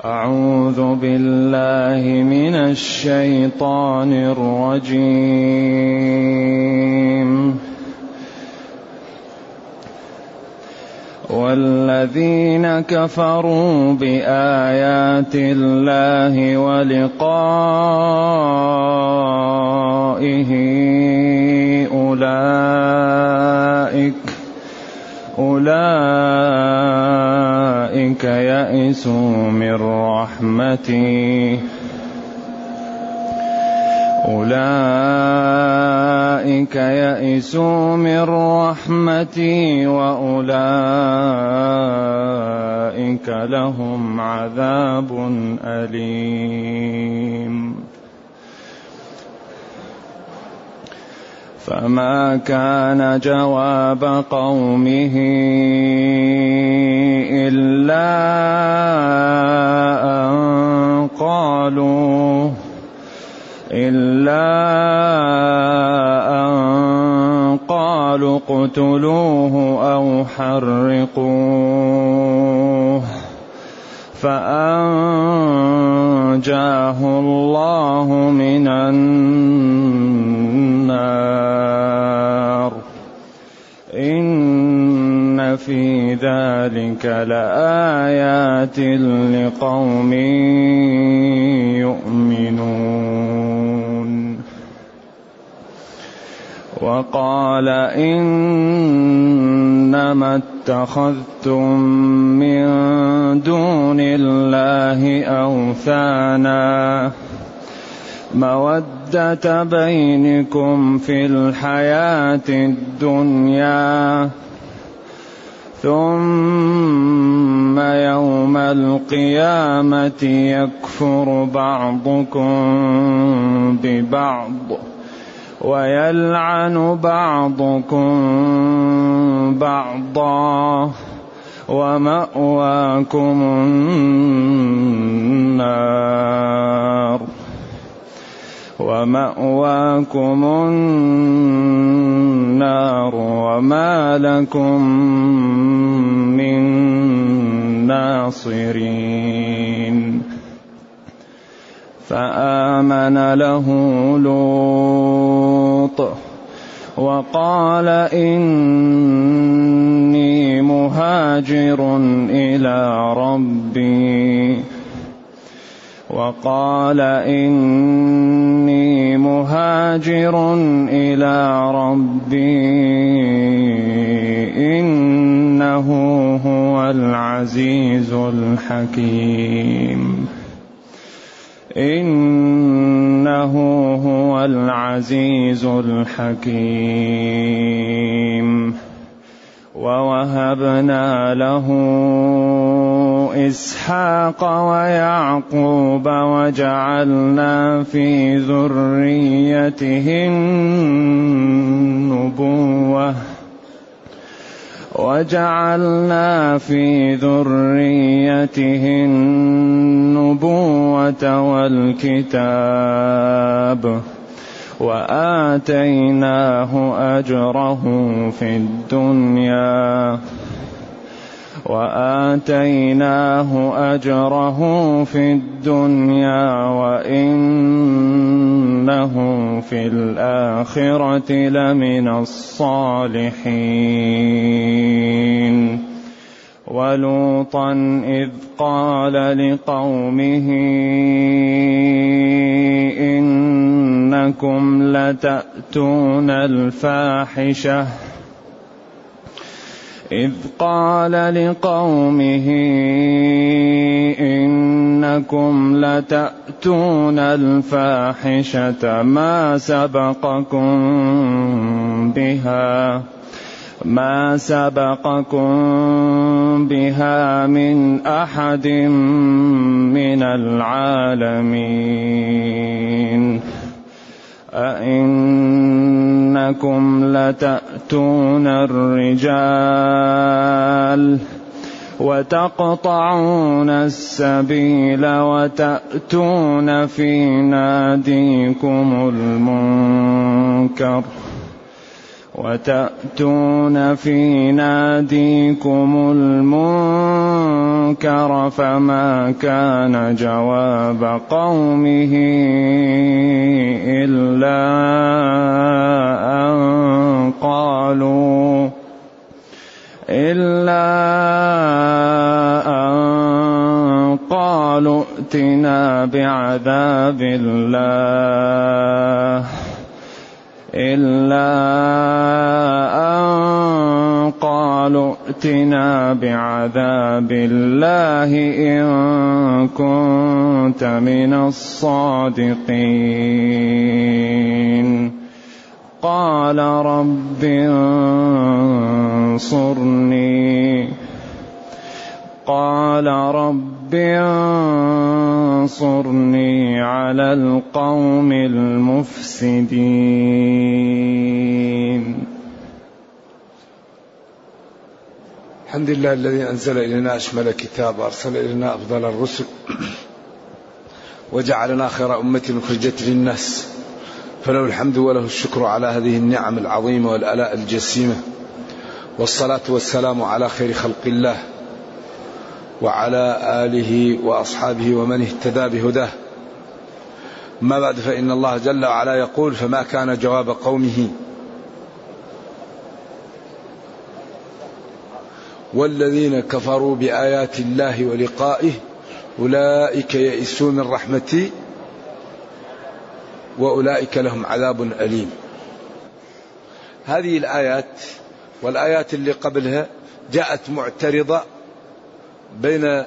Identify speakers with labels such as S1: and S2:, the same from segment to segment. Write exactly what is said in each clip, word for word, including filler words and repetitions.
S1: أعوذ بالله من الشيطان الرجيم. والذين كفروا بآيات الله ولقائه أولئك أولئك يئسوا من رحمتي أولئك يئسوا من رحمتي وأولئك لهم عذاب أليم. فما كان جواب قومه إلا أن قالوا إلا أن قالوا اقتلوه أو حرقوه فأنجاه الله من النار. إن في ذلك لآيات لقوم يؤمنون. وقال إنما اتخذتم من دون الله أوثانا مودة بينكم في الحياة الدنيا ثم يوم القيامة يكفر بعضكم ببعض ويلعن بعضكم بعضا ومأواكم النار ومأواكم النار وما لكم من ناصرين. فآمن له لوط وقال إني مهاجر إلى ربي وقال إني مهاجر إلى ربي إنه هو العزيز الحكيم إنه هو العزيز الحكيم. ووهبنا له إسحاق ويعقوب وجعلنا في ذريته النبوة وجعلنا في ذريته النبوة والكتاب وآتيناه أجره في الدنيا وآتيناه أجره في الدنيا وإنه في الآخرة لمن الصالحين. ولوطا إذ قال لقومه إنكم لتأتون الفاحشة إذ قال لقومه إنكم لتأتون الفاحشة ما سبقكم بها ما سبقكم بها من أحد من العالمين. أئنكم لتأتون الرجال وتقطعون السبيل وتأتون في ناديكم المنكر وتأتون في ناديكم المنكر فما كان جواب قومه إلا أن قالوا إلا أن قالوا ائتنا بعذاب الله إلا أن قالوا ائتنا بعذاب الله إن كنت من الصادقين قال رب انصرني قال رب انصرني على القوم المفسدين.
S2: الحمد لله الذي أنزل إلينا أشمل كتاب وأرسل إلينا أفضل الرسل وجعلنا خير أمة أخرجت للناس، فله الحمد وله الشكر على هذه النعم العظيمة والآلاء الجسيمة، والصلاة والسلام على خير خلق الله وعلى آله وأصحابه ومن اهتدى بهداه. ما بعد، فإن الله جل وعلا يقول: فما كان جواب قومه والذين كفروا بآيات الله ولقائه أولئك يئسوا من رحمتي وأولئك لهم عذاب أليم. هذه الآيات والآيات اللي قبلها جاءت معترضة بين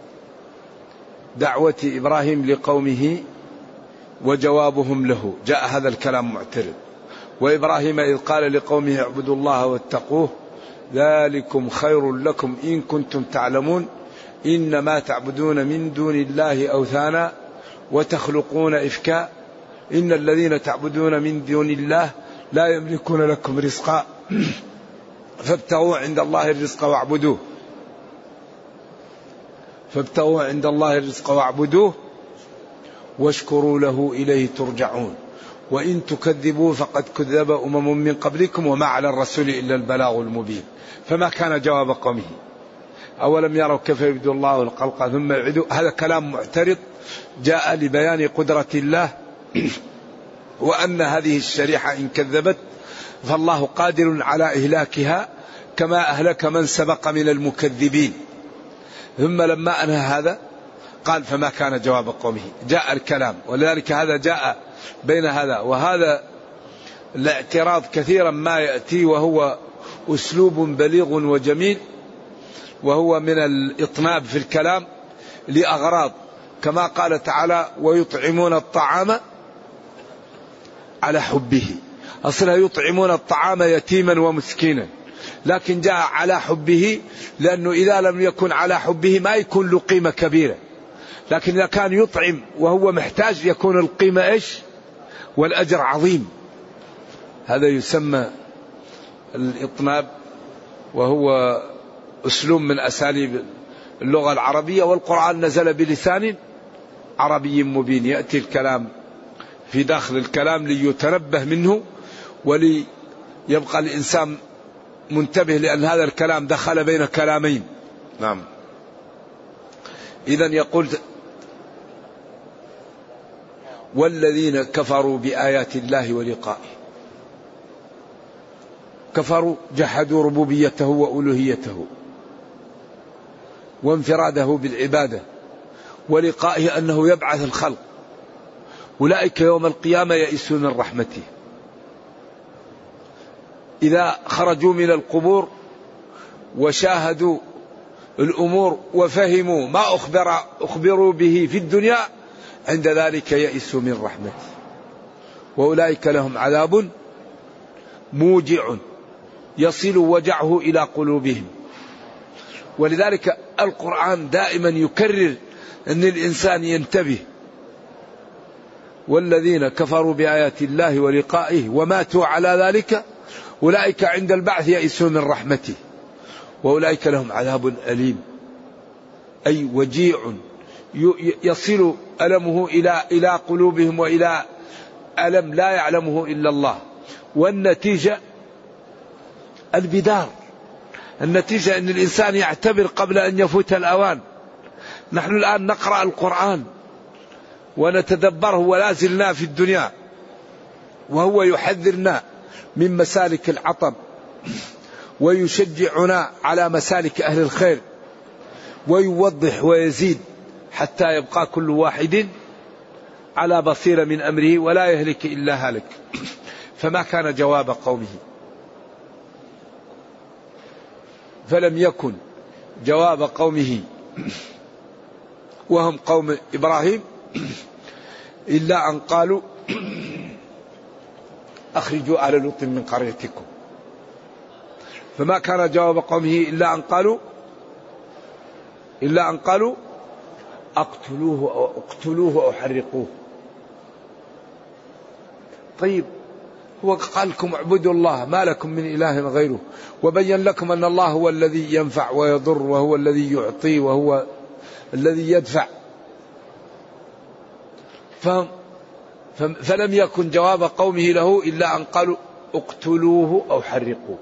S2: دعوة إبراهيم لقومه وجوابهم له، جاء هذا الكلام معترض. وإبراهيم إذ قال لقومه اعبدوا الله واتقوه ذلكم خير لكم إن كنتم تعلمون إنما تعبدون من دون الله أوثانا وتخلقون إفكا إن الذين تعبدون من دون الله لا يملكون لكم رزقا فابتغوا عند الله الرزق واعبدوه فابتغوا عند الله الرزق واعبدوه واشكروا له إليه ترجعون وإن تكذبوا فقد كذب أمم من قبلكم وما على الرسول إلا البلاغ المبين. فما كان جواب قومه أولم يروا كيف يبدو الله الخلق ثم يعيده. هذا كلام معترض جاء لبيان قدرة الله وأن هذه الشريحة إن كذبت فالله قادر على إهلاكها كما أهلك من سبق من المكذبين. ثم لما أنهى هذا قال: فما كان جواب قومه. جاء الكلام، ولذلك هذا جاء بين هذا وهذا الاعتراض كثيرا ما يأتي، وهو أسلوب بليغ وجميل، وهو من الإطناب في الكلام لأغراض، كما قال تعالى: ويطعمون الطعام على حبه. أصلها يطعمون الطعام يتيما ومسكينا، لكن جاء على حبه لأنه إذا لم يكن على حبه ما يكون له قيمة كبيرة، لكن إذا كان يطعم وهو محتاج يكون القيمة إيش والأجر عظيم. هذا يسمى الإطناب، وهو أسلوب من أساليب اللغة العربية، والقرآن نزل بلسان عربي مبين، يأتي الكلام في داخل الكلام ليتنبه منه وليبقى الإنسان منتبه، لأن هذا الكلام دخل بين كلامين. نعم. إذن يقول: والذين كفروا بآيات الله ولقائه. كفروا، جحدوا ربوبيته وألوهيته وانفراده بالعبادة ولقائه أنه يبعث الخلق. أولئك يوم القيامة يئسوا من رحمته. إذا خرجوا من القبور وشاهدوا الأمور وفهموا ما أخبر أخبروا به في الدنيا عند ذلك يئسوا من رحمته وأولئك لهم عذاب موجع يصل وجعه إلى قلوبهم. ولذلك القرآن دائما يكرر أن الإنسان ينتبه: والذين كفروا بآيات الله ولقائه وماتوا على ذلك أولئك عند البعث يئسوا من رحمته وأولئك لهم عذاب أليم، أي وجيع يصل ألمه إلى إلى قلوبهم وإلى ألم لا يعلمه إلا الله. والنتيجة البدار. النتيجة أن الإنسان يعتبر قبل أن يفوت الأوان. نحن الآن نقرأ القرآن ونتدبره ولا زلنا في الدنيا، وهو يحذرنا من مسالك العطب ويشجعنا على مسالك أهل الخير ويوضح ويزيد حتى يبقى كل واحد على بصيرة من أمره ولا يهلك إلا هالك. فما كان جواب قومه، فلم يكن جواب قومه وهم قوم إبراهيم إلا أن قالوا أخرجوا آل لوط من قريتكم. فما كان جواب قومه إلا أن قالوا إلا أن قالوا اقتلوه أو اقتلوه أو حرقوه. طيب هو قال لكم اعبدوا الله ما لكم من إله غيره، وبين لكم أن الله هو الذي ينفع ويضر وهو الذي يعطي وهو الذي يدفع. فلم يكن جواب قومه له إلا أن قالوا اقتلوه أو حرقوه.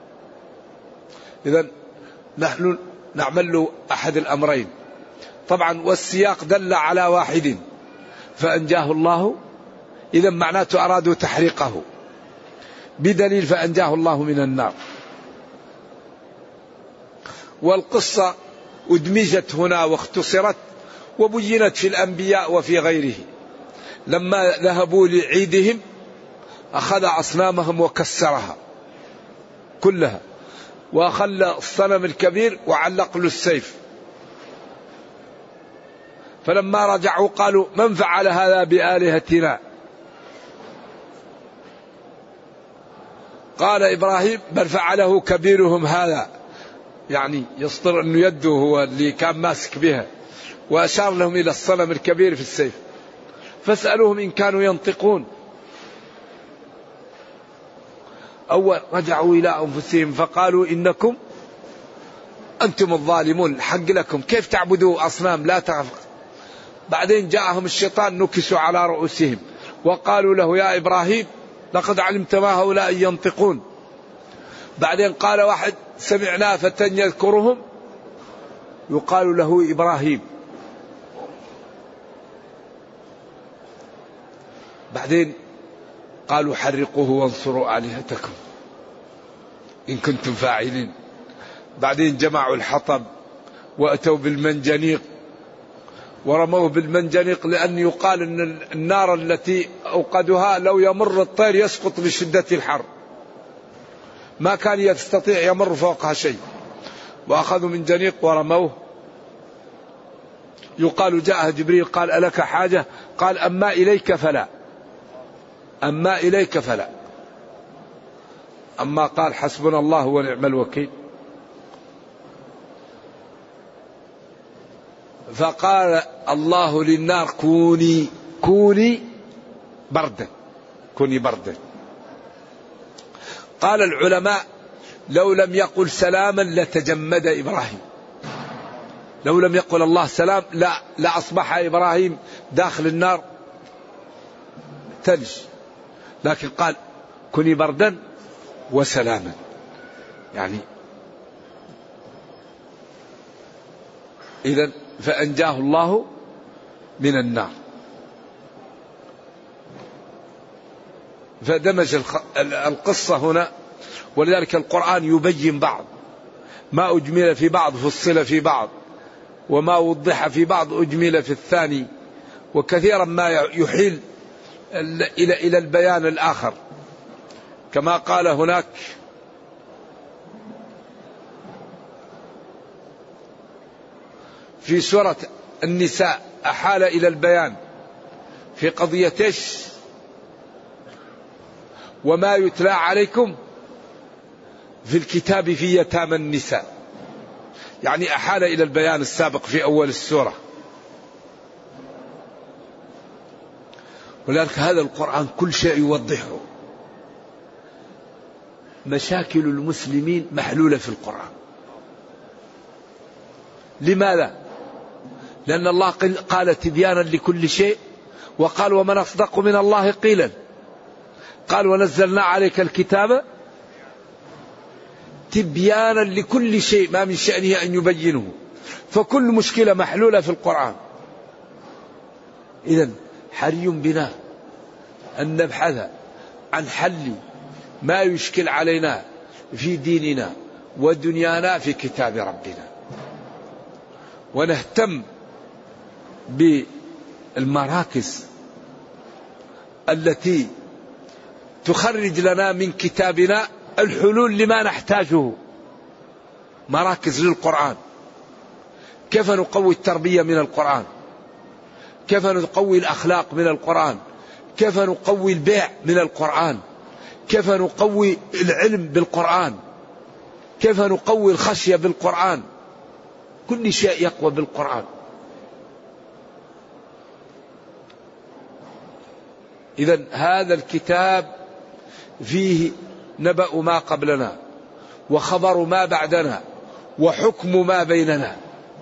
S2: إذن نحن نعمل له أحد الأمرين طبعا، والسياق دل على واحد فأنجاه الله، إذا معناته أرادوا تحريقه بدليل فأنجاه الله من النار. والقصة أدمجت هنا واختصرت وبينت في الأنبياء وفي غيره. لما ذهبوا لعيدهم أخذ أصنامهم وكسرها كلها وخلى الصنم الكبير وعلق له السيف. فلما رجعوا قالوا من فعل هذا بآلهتنا؟ قال إبراهيم بل فعله كبيرهم هذا، يعني يصدر أن يده هو اللي كان ماسك بها، وأشار لهم إلى الصنم الكبير في السيف. فاسألوهم إن كانوا ينطقون. أول رجعوا إلى أنفسهم فقالوا إنكم أنتم الظالمون، الحق لكم كيف تعبدوا أصنام لا تغفق. بعدين جاءهم الشيطان نكسوا على رؤوسهم وقالوا له يا إبراهيم لقد علمت ما هؤلاء ينطقون. بعدين قال واحد سمعنا فتى يذكرهم يقال له إبراهيم. بعدين قالوا حرقوه وانصروا آلهتكم إن كنتم فاعلين. بعدين جمعوا الحطب وأتوا بالمنجنيق ورموه بالمنجنيق، لأن يقال أن النار التي أوقدها لو يمر الطير يسقط بشدة الحر، ما كان يستطيع يمر فوقها شيء. وأخذوا منجنيق ورموه. يقال جاء جبريل قال ألك حاجة؟ قال أما إليك فلا، أما إليك فلا. أما قال حسبنا الله ونعم الوكيل. فقال الله للنار كوني كوني بردا كوني بردا. قال العلماء لو لم يقل سلاما لتجمد إبراهيم، لو لم يقل الله سلام لا لأصبح إبراهيم داخل النار ثلج، لكن قال كوني بردا وسلاما، يعني إذن فأنجاه الله من النار. فدمج القصة هنا، ولذلك القرآن يبين بعض ما أجمل في بعض فصل في بعض، وما وضح في بعض أجمل في الثاني، وكثيرا ما يحيل إلى إلى البيان الآخر. كما قال هناك في سورة النساء أحال إلى البيان في قضية إيش؟ وما يتلى عليكم في الكتاب في يتامى النساء، يعني أحال إلى البيان السابق في أول السورة. ولذلك هذا القرآن كل شيء يوضحه. مشاكل المسلمين محلولة في القرآن. لماذا؟ لأن الله قال تبيانا لكل شيء، وقال ومن أصدق من الله قيلا، قال ونزلنا عليك الكتاب تبيانا لكل شيء ما من شأنه أن يبينه، فكل مشكلة محلولة في القرآن. إذن حري بنا أن نبحث عن حل ما يشكل علينا في ديننا ودنيانا في كتاب ربنا، ونهتم بالمراكز التي تخرج لنا من كتابنا الحلول لما نحتاجه. مراكز للقرآن، كيف نقوي التربية من القرآن، كيف نقوي الأخلاق من القرآن، كيف نقوي البيع من القرآن، كيف نقوي العلم بالقرآن، كيف نقوي الخشية بالقرآن. كل شيء يقوى بالقرآن. إذن هذا الكتاب فيه نبأ ما قبلنا وخبر ما بعدنا وحكم ما بيننا.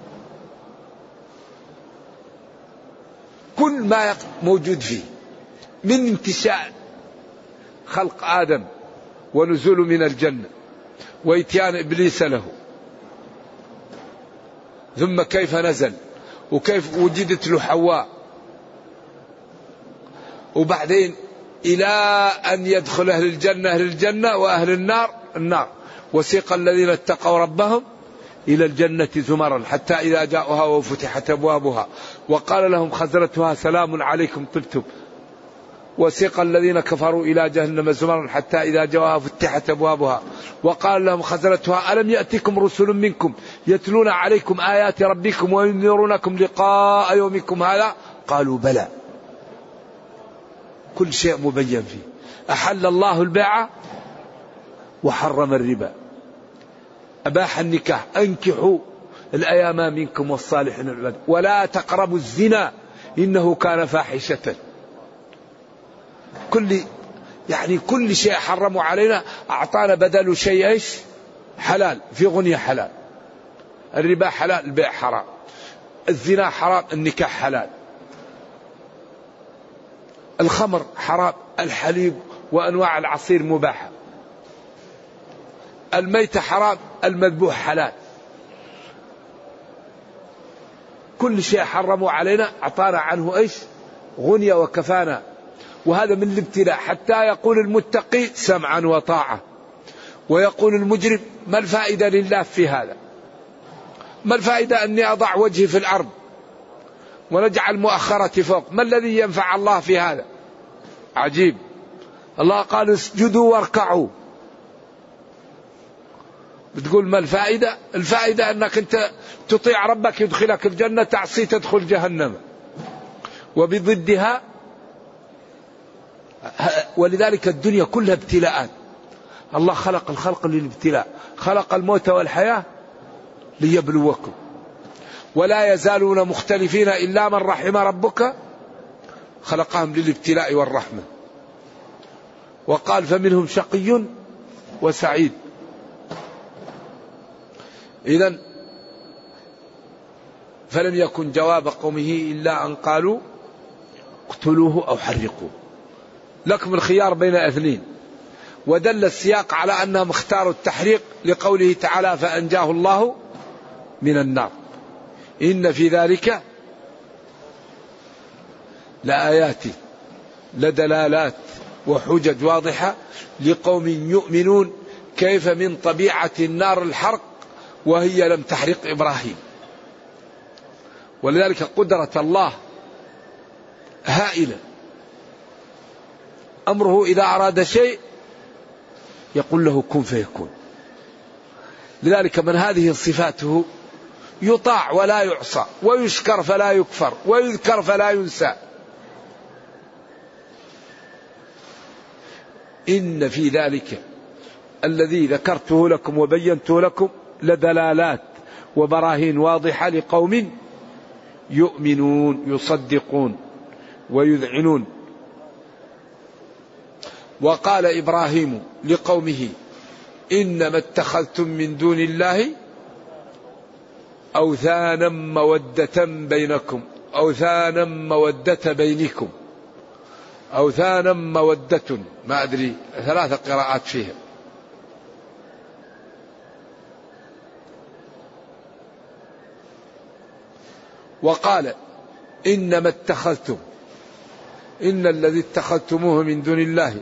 S2: كل ما موجود فيه من انتشاء خلق آدم ونزول من الجنة وإتيان إبليس له، ثم كيف نزل وكيف وجدت له حواء، وبعدين إلى أن يدخل أهل الجنة أهل الجنة وأهل النار النار. وسيق الذين اتقوا ربهم إلى الجنة زمرا حتى إذا جاءوها وفتحت أبوابها وقال لهم خزنتها سلام عليكم طبتم. وسيق الذين كفروا إلى جهنم زمرا حتى إذا جاءوها فتحت أبوابها وقال لهم خزنتها ألم يأتكم رسل منكم يتلون عليكم آيات ربكم وينذرونكم لقاء يومكم هذا قالوا بلى. كل شيء مبين فيه. أحل الله البيع وحرم الربا، أباح النكاح، أنكحوا الأيام منكم والصالحين العباد ولا تقربوا الزنا إنه كان فاحشة. كل يعني كل شيء حرموا علينا أعطانا بدل شيء إيش؟ حلال. في غنية حلال، الربا حلال، البيع حرام، الزنا حرام، النكاح حلال، الخمر حرام، الحليب وأنواع العصير مباحة، الميت حرام، المذبوح حلال. كل شيء حرموا علينا أعطانا عنه إيش؟ غنية وكفانا. وهذا من الابتلاء حتى يقول المتقي سمعا وطاعة، ويقول المجرم ما الفائدة لله في هذا؟ ما الفائدة أني أضع وجهي في الأرض ونجعل مؤخرتي فوق؟ ما الذي ينفع الله في هذا؟ عجيب. الله قال اسجدوا واركعوا، بتقول ما الفائدة؟ الفائدة أنك أنت تطيع ربك يدخلك الجنة، تعصي تدخل جهنم. وبضدها، ولذلك الدنيا كلها ابتلاءات. الله خلق الخلق للابتلاء، خلق الموت والحياة ليبلوكم، ولا يزالون مختلفين إلا من رحم ربك خلقهم للابتلاء والرحمة. وقال فمنهم شقي وسعيد. إذن فلم يكن جواب قومه إلا أن قالوا اقتلوه أو حرقوه، لكم الخيار بين اثنين. ودل السياق على أنهم اختاروا التحريق لقوله تعالى فأنجاه الله من النار. إن في ذلك لآيات لدلالات وحجج واضحة لقوم يؤمنون. كيف من طبيعة النار الحرق وهي لم تحرق إبراهيم. ولذلك قدرة الله هائلة، أمره إذا أراد شيء يقول له كن فيكون. لذلك من هذه صفاته يطاع ولا يعصى، ويشكر فلا يكفر، ويذكر فلا ينسى. إن في ذلك الذي ذكرته لكم وبينته لكم لدلالات وبراهين واضحة لقوم يؤمنون يصدقون ويذعنون. وقال إبراهيم لقومه إنما اتخذتم من دون الله أوثانا مودة بينكم، أوثانا مودة بينكم، أوثانا مودة، ما أدري ثلاث قراءات فيها. وقال إنما اتخذتم إن الذي اتخذتموه من دون الله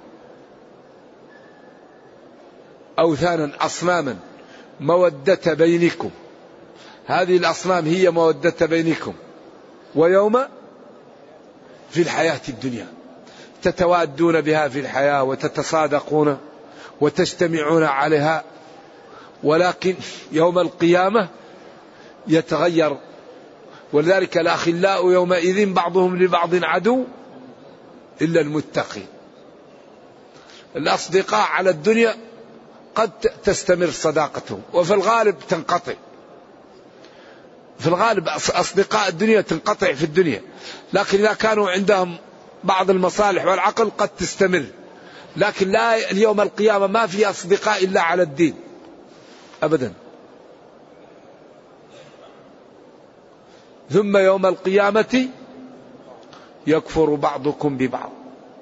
S2: أوثانا أصناما مودة بينكم، هذه الأصنام هي مودة بينكم ويوم في الحياة الدنيا تتوادون بها في الحياة وتتصادقون وتجتمعون عليها، ولكن يوم القيامة يتغير. ولذلك الأخلاء يومئذ بعضهم لبعض عدو إلا المتقين. الأصدقاء على الدنيا قد تستمر صداقتهم وفي الغالب تنقطع، في الغالب أصدقاء الدنيا تنقطع في الدنيا، لكن إذا كانوا عندهم بعض المصالح والعقل قد تستمر. لكن لا، اليوم القيامة ما في أصدقاء إلا على الدين أبدا. ثم يوم القيامة يكفر بعضكم ببعض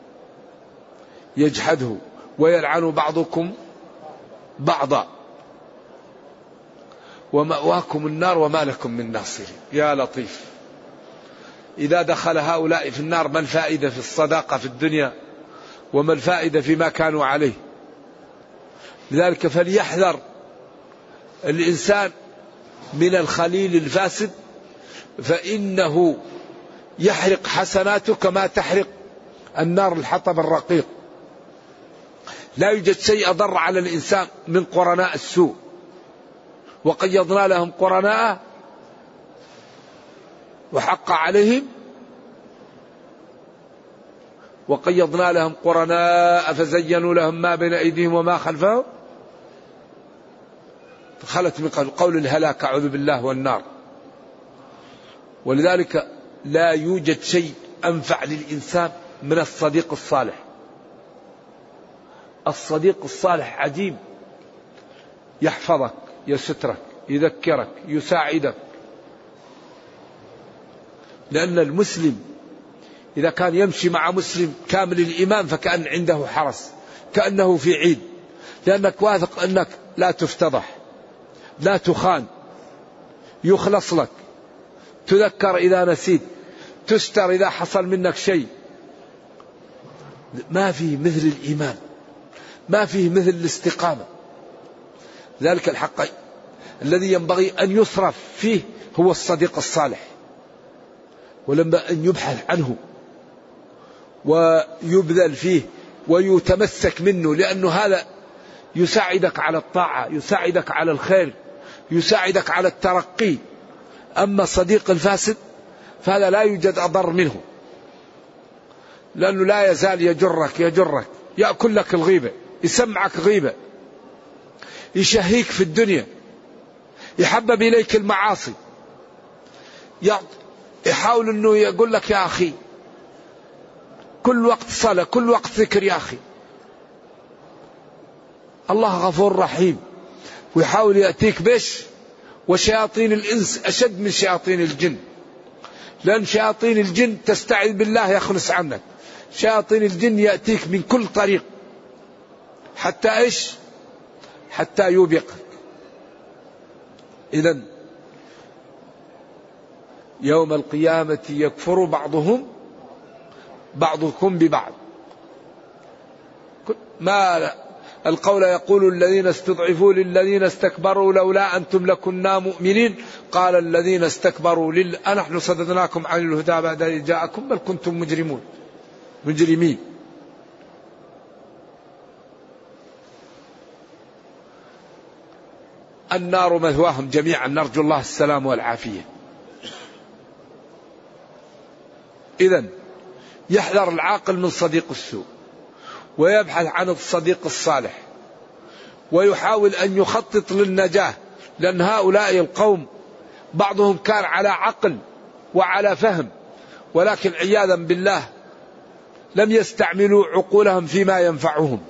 S2: يجحده ويلعن بعضكم بعضا ومأواكم النار وما لكم من ناصرين. يا لطيف، إذا دخل هؤلاء في النار ما الفائدة في الصداقة في الدنيا وما الفائدة فيما كانوا عليه؟ لذلك فليحذر الإنسان من الخليل الفاسد، فإنه يحرق حسناته كما تحرق النار الحطب الرقيق. لا يوجد شيء أضر على الإنسان من قرناء السوء، وقيضنا لهم قرناء وحق عليهم وقيضنا لهم قرناء فزينوا لهم ما بين أيديهم وما خلفهم خلت من قبل قول الهلاك أعوذ بالله والنار. ولذلك لا يوجد شيء أنفع للإنسان من الصديق الصالح. الصديق الصالح عجيب، يحفظك، يسترك، يذكرك، يساعدك. لأن المسلم إذا كان يمشي مع مسلم كامل الإيمان فكأن عنده حرس، كأنه في عيد، لأنك واثق أنك لا تفتضح، لا تخان، يخلص لك، تذكر إذا نسيت، تستر إذا حصل منك شيء. ما فيه مثل الإيمان، ما فيه مثل الاستقامة. ذلك الحق الذي ينبغي أن يصرف فيه هو الصديق الصالح، ولما أن يبحث عنه ويبذل فيه ويتمسك منه، لأنه هذا يساعدك على الطاعة، يساعدك على الخير، يساعدك على الترقي. أما الصديق الفاسد فهذا لا يوجد أضر منه، لأنه لا يزال يجرك يجرك يأكل لك الغيبة، يسمعك غيبة، يشهيك في الدنيا، يحبب إليك المعاصي، يحاول أنه يقول لك يا أخي كل وقت صلاة، كل وقت ذكر يا أخي، الله غفور رحيم، ويحاول يأتيك بش. وشياطين الإنس أشد من شياطين الجن، لأن شياطين الجن تستعذ بالله يخلص عنك، شياطين الجن يأتيك من كل طريق حتى إيش؟ حتى يوبقك. إذن يوم القيامة يكفر بعضهم بعضكم ببعض. ما القول يقول الذين استضعفوا للذين استكبروا لولا أنتم لكنا مؤمنين قال الذين استكبروا لل أنحن صددناكم عن الهدى بعد إذ جاءكم بل كنتم مجرمون مجرمين. النار مثواهم جميعا، نرجو الله السلام والعافية. إذن يحذر العاقل من صديق السوء ويبحث عن الصديق الصالح ويحاول أن يخطط للنجاة، لأن هؤلاء القوم بعضهم كان على عقل وعلى فهم، ولكن عياذا بالله لم يستعملوا عقولهم فيما ينفعهم.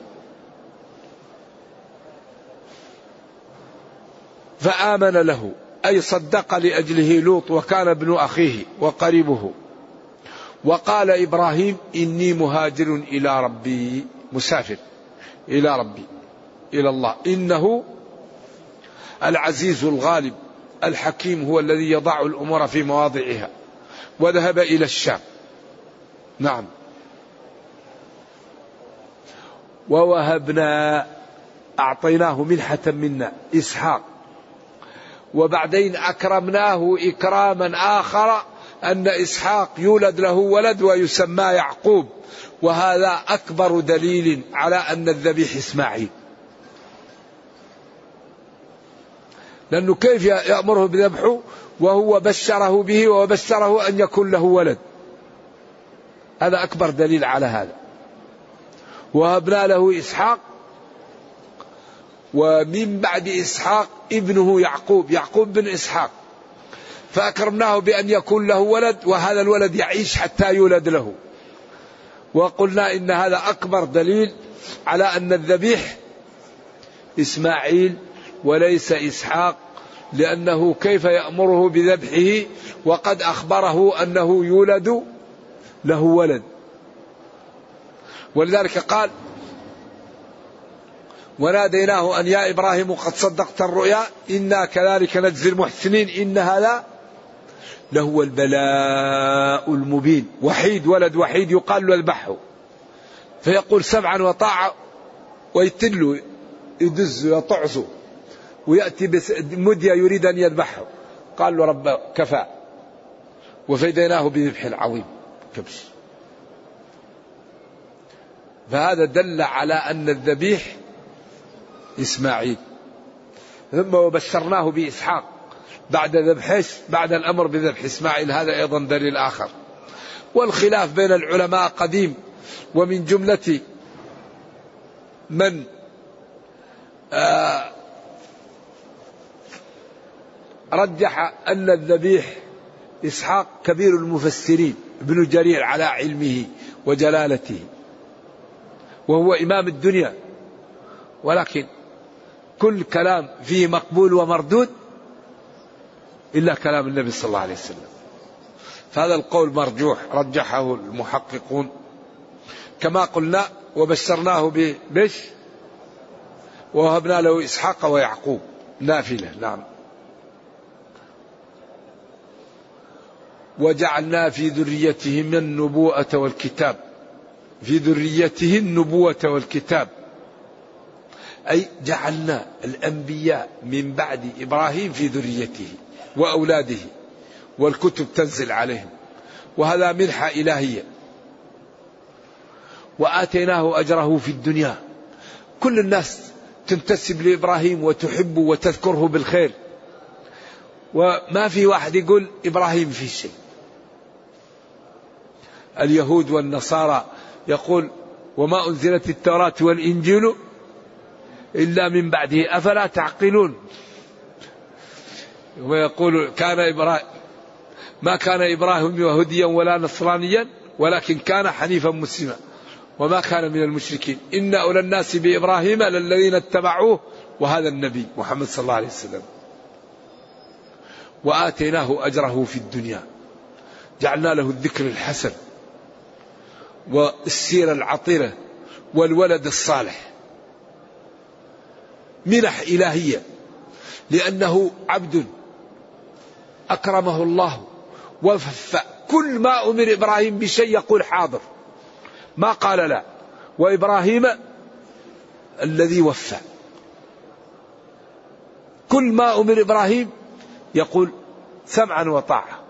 S2: فآمن له أي صدق لأجله لوط وكان ابن أخيه وقريبه. وقال إبراهيم إني مهاجر إلى ربي، مسافر إلى ربي إلى الله إنه العزيز الغالب الحكيم هو الذي يضع الأمور في مواضعها، وذهب إلى الشام. نعم. ووهبنا، أعطيناه منحة منا إسحاق، وبعدين أكرمناه إكراما آخر أن إسحاق يولد له ولد ويسمى يعقوب، وهذا أكبر دليل على أن الذبيح إسماعيل. لأنه كيف يأمره بذبحه وهو بشره به وبشره أن يكون له ولد؟ هذا أكبر دليل على هذا. وهبنا له إسحاق، ومن بعد إسحاق ابنه يعقوب، يعقوب بن إسحاق، فأكرمناه بأن يكون له ولد، وهذا الولد يعيش حتى يولد له. وقلنا إن هذا أكبر دليل على أن الذبيح إسماعيل وليس إسحاق، لأنه كيف يأمره بذبحه وقد أخبره أنه يولد له ولد. ولذلك قال: وناديناه أن يا إبراهيم قد صدقت الرؤيا إنا كذلك نجزي المحسنين إن هذا لهو البلاء المبين. وحيد، ولد وحيد يقال له اذبحه، فيقول سمعا وطاعة، ويتله يدزه يطعسه، ويأتي مدية يريد أن يذبحه، قال له رب كفى، وفديناه بذبح عظيم كبش. فهذا دل على أن الذبيح إسماعيل. ثم وبشرناه بإسحاق بعد ذبحه، بعد الأمر بذبح إسماعيل، هذا أيضا دليل آخر. والخلاف بين العلماء قديم، ومن جملة من آه رجح أن الذبيح إسحاق كبير المفسرين ابن جرير على علمه وجلالته، وهو إمام الدنيا، ولكن كل كلام فيه مقبول ومردود إلا كلام النبي صلى الله عليه وسلم. فهذا القول مرجوح رجحه المحققون. كما قلنا: وبشرناه بش ووهبنا له إسحاق ويعقوب نافلة. نعم. وجعلنا في ذريتهم النبوءة والكتاب، في ذريته النبوة والكتاب، أي جعلنا الأنبياء من بعد إبراهيم في ذريته وأولاده، والكتب تنزل عليهم، وهذا منحة إلهية. وآتيناه أجره في الدنيا، كل الناس تنتسب لإبراهيم وتحبه وتذكره بالخير، وما في واحد يقول إبراهيم في شيء. اليهود والنصارى يقول: وما أنزلت التوراة والإنجيل إلا من بعده أفلا تعقلون. ويقول: كان إبراهيم ما كان إبراهيم يهوديا ولا نصرانيا ولكن كان حنيفا مسلما وما كان من المشركين إن أولى الناس بإبراهيم للذين اتبعوه وهذا النبي محمد صلى الله عليه وسلم. وآتيناه أجره في الدنيا، جعلنا له الذكر الحسن والسيرة العطرة والولد الصالح، منح إلهية، لأنه عبد أكرمه الله وفى. كل ما أمر إبراهيم بشيء يقول حاضر، ما قال لا. وإبراهيم الذي وفى، كل ما أمر إبراهيم يقول سمعا وطاعة.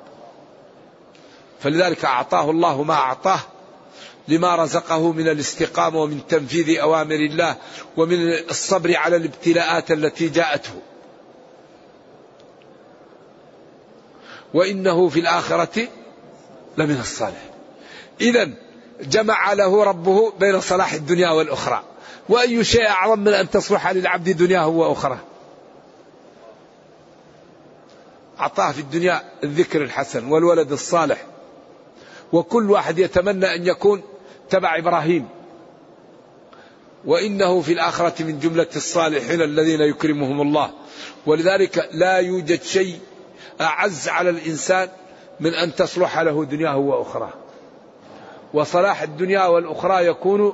S2: فلذلك أعطاه الله ما أعطاه لما رزقه من الاستقامة ومن تنفيذ أوامر الله ومن الصبر على الابتلاءات التي جاءته. وإنه في الآخرة لمن الصالح. إذن جمع له ربه بين صلاح الدنيا والأخرى، وأي شيء أعظم من أن تصلح للعبد دنياه وأخرى. أعطاه في الدنيا الذكر الحسن والولد الصالح، وكل واحد يتمنى أن يكون تبع إبراهيم. وإنه في الآخرة من جملة الصالحين الذين يكرمهم الله. ولذلك لا يوجد شيء أعز على الإنسان من أن تصلح له دنياه وأخرى. وصلاح الدنيا والأخرى يكون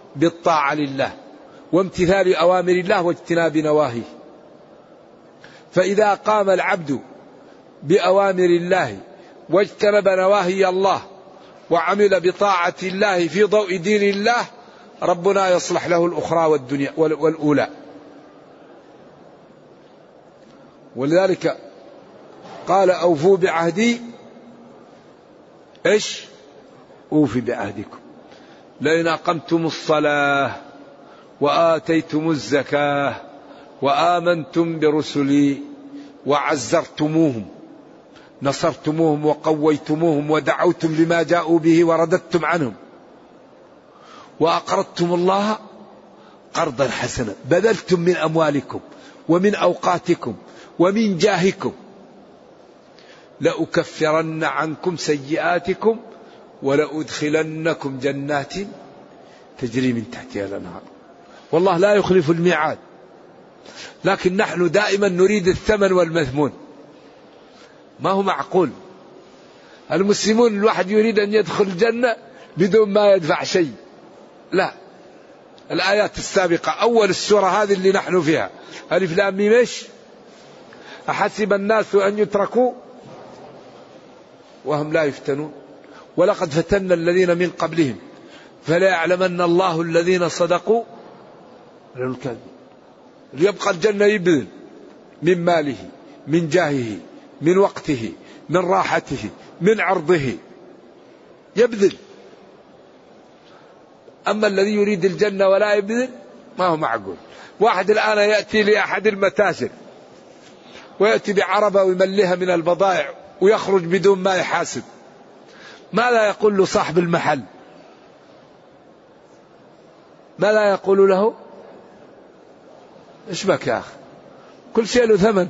S2: بالطاعة لله وامتثال أوامر الله واجتناب نواهيه. فإذا قام العبد بأوامر الله واجتنب نواهي الله وعمل بطاعة الله في ضوء دين الله ربنا يصلح له الأخرى والدنيا والأولى. ولذلك قال أوفوا بعهدي إيش أوفي بعهدكم لئن أقمتم الصلاة وآتيتم الزكاة وآمنتم برسلي وعزرتموهم نصرتموهم وقويتموهم ودعوتم لما جاءوا به ورددتم عنهم وأقرضتم الله قرضا حسنا بذلتم من أموالكم ومن أوقاتكم ومن جاهكم لأكفرن عنكم سيئاتكم ولأدخلنكم جنات تجري من تحتها الأنهار. والله لا يخلف الميعاد، لكن نحن دائما نريد الثمن والمثمون. ما هو معقول المسلمون الواحد يريد أن يدخل الجنة بدون ما يدفع شيء، لا. الآيات السابقة أول السورة هذه اللي نحن فيها ألف لام ميم إيش أحسب الناس أن يتركوا وهم لا يفتنون ولقد فتنا الذين من قبلهم فلا يعلمن الله الذين صدقوا الكاذبين. ليبقى الجنة يبذل من ماله من جاهه من وقته من راحته من عرضه يبذل. أما الذي يريد الجنة ولا يبذل ما هو معقول. واحد الآن يأتي لأحد المتاجر ويأتي بعربة ويمليها من البضائع ويخرج بدون ما يحاسب، ماذا يقول له صاحب المحل؟ ماذا يقول له؟ ايش بك يا أخي؟ كل شيء له ثمن.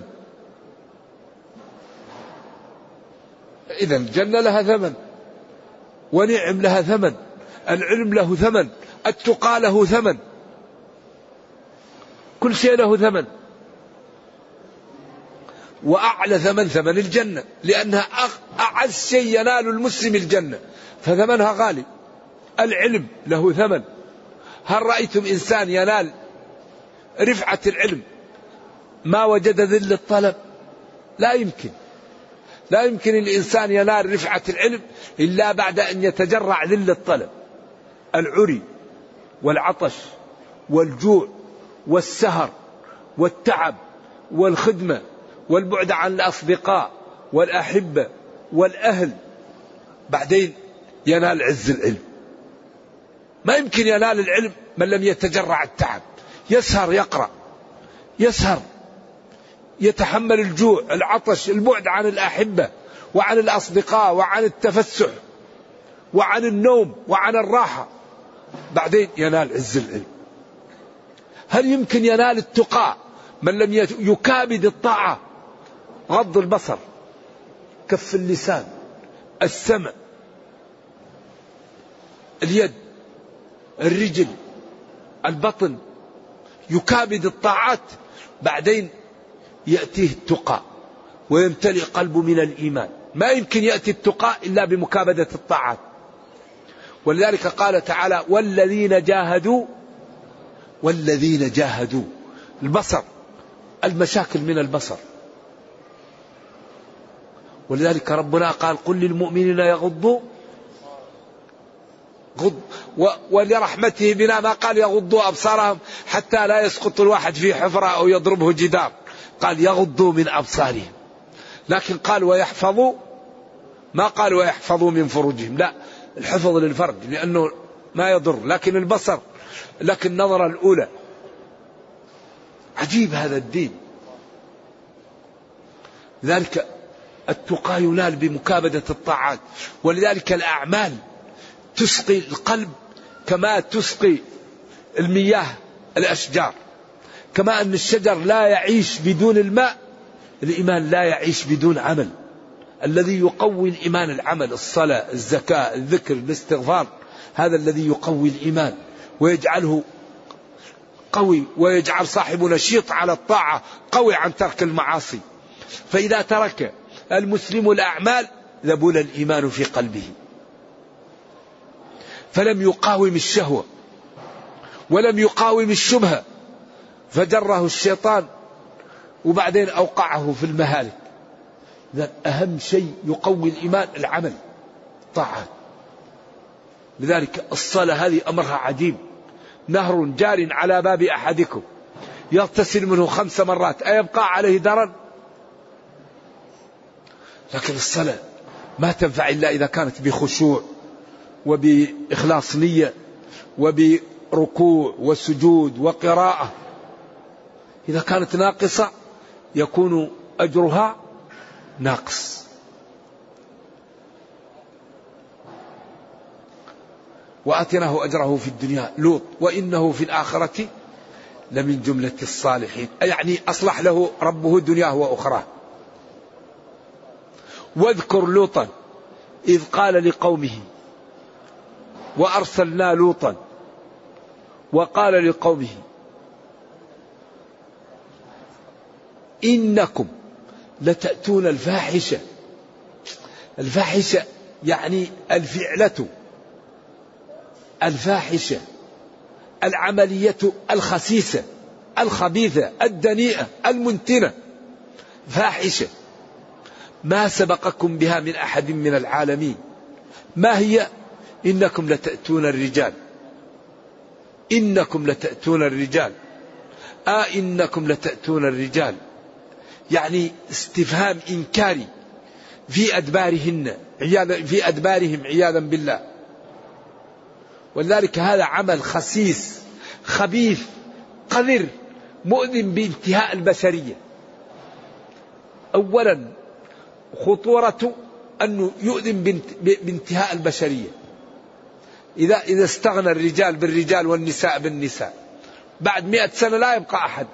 S2: إذا الجنة لها ثمن ونعم لها ثمن، العلم له ثمن، التقى له ثمن، كل شيء له ثمن. وأعلى ثمن ثمن الجنة، لأنها أعز شيء ينال المسلم الجنة فثمنها غالي. العلم له ثمن. هل رأيتم إنسان ينال رفعة العلم ما وجد ذل الطلب؟ لا يمكن. لا يمكن الإنسان ينال رفعة العلم إلا بعد أن يتجرع ذل الطلب. العري والعطش والجوع والسهر والتعب والخدمة والبعد عن الأصدقاء والأحبة والأهل، بعدين ينال عز العلم. ما يمكن ينال العلم من لم يتجرع التعب، يسهر يقرأ، يسهر يتحمل الجوع العطش البعد عن الأحبة وعن الأصدقاء وعن التفسح وعن النوم وعن الراحة، بعدين ينال عز العلم. هل يمكن ينال التقى من لم يكابد الطاعة؟ غض البصر، كف اللسان، السمع، اليد، الرجل، البطن، يكابد الطاعات، بعدين يأتيه التقى ويمتلئ قلبه من الإيمان. ما يمكن يأتي التقى إلا بمكابدة الطاعات. ولذلك قال تعالى والذين جاهدوا والذين جاهدوا. البصر، المشاكل من البصر. ولذلك ربنا قال قل للمؤمنين يغضوا غض ولرحمته بنا ما قال يغضوا أبصارهم حتى لا يسقط الواحد في حفرة أو يضربه جدار، قال يغضوا من أبصارهم. لكن قال ويحفظوا، ما قال ويحفظوا من فروجهم، لا، الحفظ للفرج لأنه ما يضر، لكن البصر، لكن النظرة الأولى. عجيب هذا الدين. لذلك التقى ينال بمكابدة الطاعات. ولذلك الأعمال تسقي القلب كما تسقي المياه الأشجار. كما أن الشجر لا يعيش بدون الماء، الإيمان لا يعيش بدون عمل. الذي يقوي الإيمان العمل، الصلاة، الزكاة، الذكر، الاستغفار، هذا الذي يقوي الإيمان ويجعله قوي ويجعل صاحبه نشيط على الطاعة، قوي عن ترك المعاصي. فإذا ترك المسلم الأعمال ذبل الإيمان في قلبه، فلم يقاوم الشهوة ولم يقاوم الشبهة، فجره الشيطان وبعدين أوقعه في المهالك. إذن أهم شيء يقوي الإيمان العمل، طاعات. لذلك الصلاة هذه أمرها عجيب. نهر جار على باب أحدكم يغتسل منه خمس مرات أيبقى عليه درن؟ لكن الصلاة ما تنفع إلا إذا كانت بخشوع وبإخلاص نية وبركوع وسجود وقراءة. إذا كانت ناقصة يكون أجرها ناقص. وآتناه أجره في الدنيا لوط وإنه في الآخرة لمن جملة الصالحين، يعني أصلح له ربه دنياه وأخراه. واذكر لوطا إذ قال لقومه وأرسلنا لوطا وقال لقومه إنكم لتأتون الفاحشة. الفاحشة يعني الفعلة الفاحشة، العملية الخسيسة الخبيثة الدنيئة المنتنة، فاحشة ما سبقكم بها من أحد من العالمين. ما هي؟ إنكم لتأتون الرجال، إنكم لتأتون الرجال، آه إنكم لتأتون الرجال، يعني استفهام إنكاري في أدبارهن في أدبارهم عياذا بالله. ولذلك هذا عمل خسيس خبيث قذر مؤذن بانتهاء البشرية. أولا خطورة أنه يؤذن بانتهاء البشرية. إذا إذا استغنى الرجال بالرجال والنساء بالنساء بعد مئة سنة لا يبقى أحد.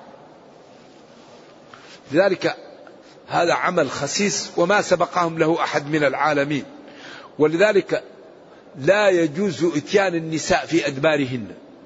S2: لذلك هذا عمل خسيس وما سبقهم له أحد من العالمين. ولذلك لا يجوز إتيان النساء في أدبارهن.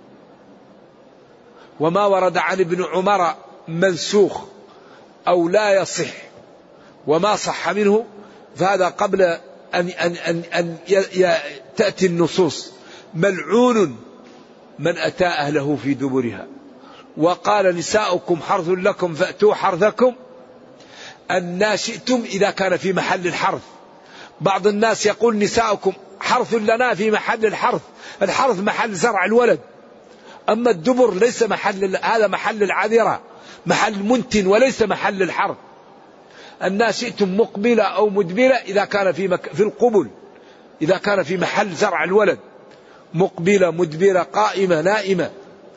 S2: وما ورد عن ابن عمر منسوخ أو لا يصح وما صح منه فهذا قبل أن, أن, أن, أن تأتي النصوص. ملعون من أتى أهله في دبرها. وقال نساؤكم حرث لكم فأتوا حرثكم أن شئتم إذا كان في محل الحرث. بعض الناس يقول نساؤكم حرث لنا في محل الحرث، الحرث محل زرع الولد، أما الدبر ليس محل، هذا محل العذرة، محل منتن وليس محل الحرث. أن شئتم مقبلة أو مدبرة إذا كان في, مك... في القبل، إذا كان في محل زرع الولد، مقبلة مدبرة قائمة نائمة،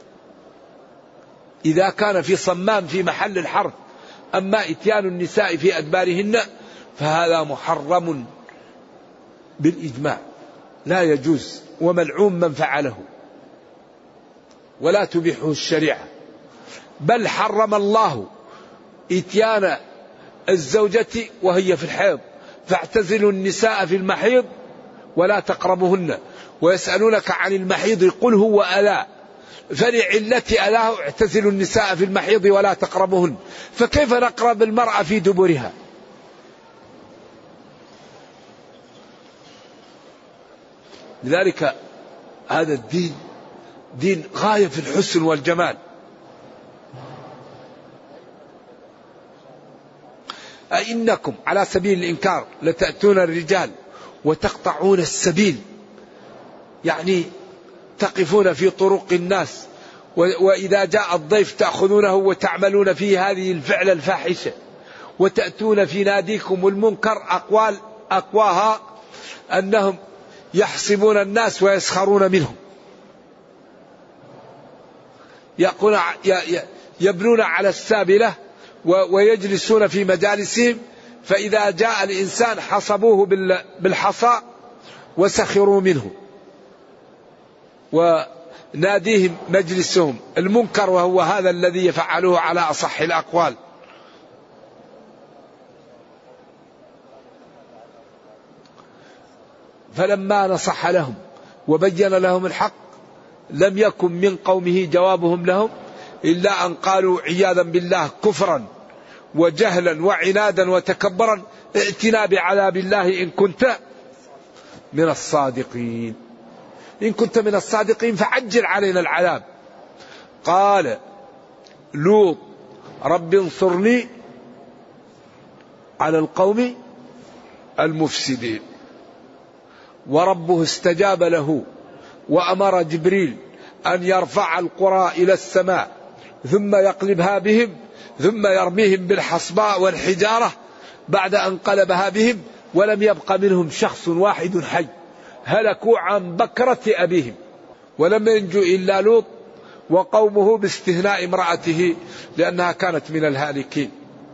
S2: إذا كان في صمام في محل الحرث. أما إتيان النساء في أدبارهن فهذا محرم بالإجماع لا يجوز، وملعون من فعله ولا تبيحه الشريعة. بل حرم الله إتيان الزوجة وهي في الحيض، فاعتزلوا النساء في المحيض ولا تقربهن ويسألونك عن المحيض قل هو أذى فلعلة أذاه اعتزلوا النساء في المحيض ولا تقربهن. فكيف نقرب المرأة في دبرها؟ لذلك هذا الدين دين غاية في الحسن والجمال. أئنكم على سبيل الإنكار لتأتون الرجال وتقطعون السبيل، يعني تقفون في طرق الناس، وإذا جاء الضيف تأخذونه وتعملون فيه هذه الفعل الفاحشة، وتأتون في ناديكم المنكر. أقوال أقواها أنهم يحسبون الناس ويسخرون منهم، يقولون يبنون على السابلة ويجلسون في مجالسهم، فإذا جاء الإنسان حصبوه بالحصى وسخروا منه، وناديهم مجلسهم المنكر، وهو هذا الذي يفعلوه على أصح الأقوال. فلما نصح لهم وبين لهم الحق لم يكن من قومه جوابهم لهم إلا أن قالوا عياذا بالله كفرا وجهلا وعنادا وتكبرا ائتنا بعذاب الله إن كنت من الصادقين، إن كنت من الصادقين فعجل علينا العذاب. قال لوط رب انصرني على القوم المفسدين. وربه استجاب له وأمر جبريل أن يرفع القرى إلى السماء ثم يقلبها بهم ثم يرميهم بالحصباء والحجارة بعد أن قلبها بهم ولم يبق منهم شخص واحد حي، هلكوا عن بكرة أبيهم. ولم ينجو إلا لوط وقومه باستثناء امرأته لأنها كانت من الهالكين.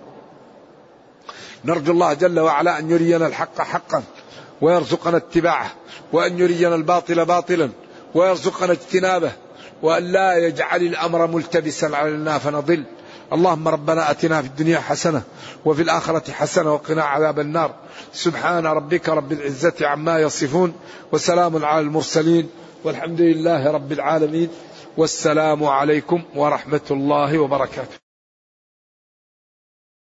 S2: نرجو الله جل وعلا أن يرينا الحق حقا ويرزقنا اتباعه، وأن يرينا الباطل باطلا ويرزقنا اجتنابه، وأن لا يجعل الأمر ملتبسا علينا فنضل. اللهم ربنا أتنا في الدنيا حسنة وفي الآخرة حسنة وقنا عذاب النار. سبحان ربك رب العزة عما يصفون وسلام على المرسلين والحمد لله رب العالمين، والسلام عليكم ورحمة الله وبركاته.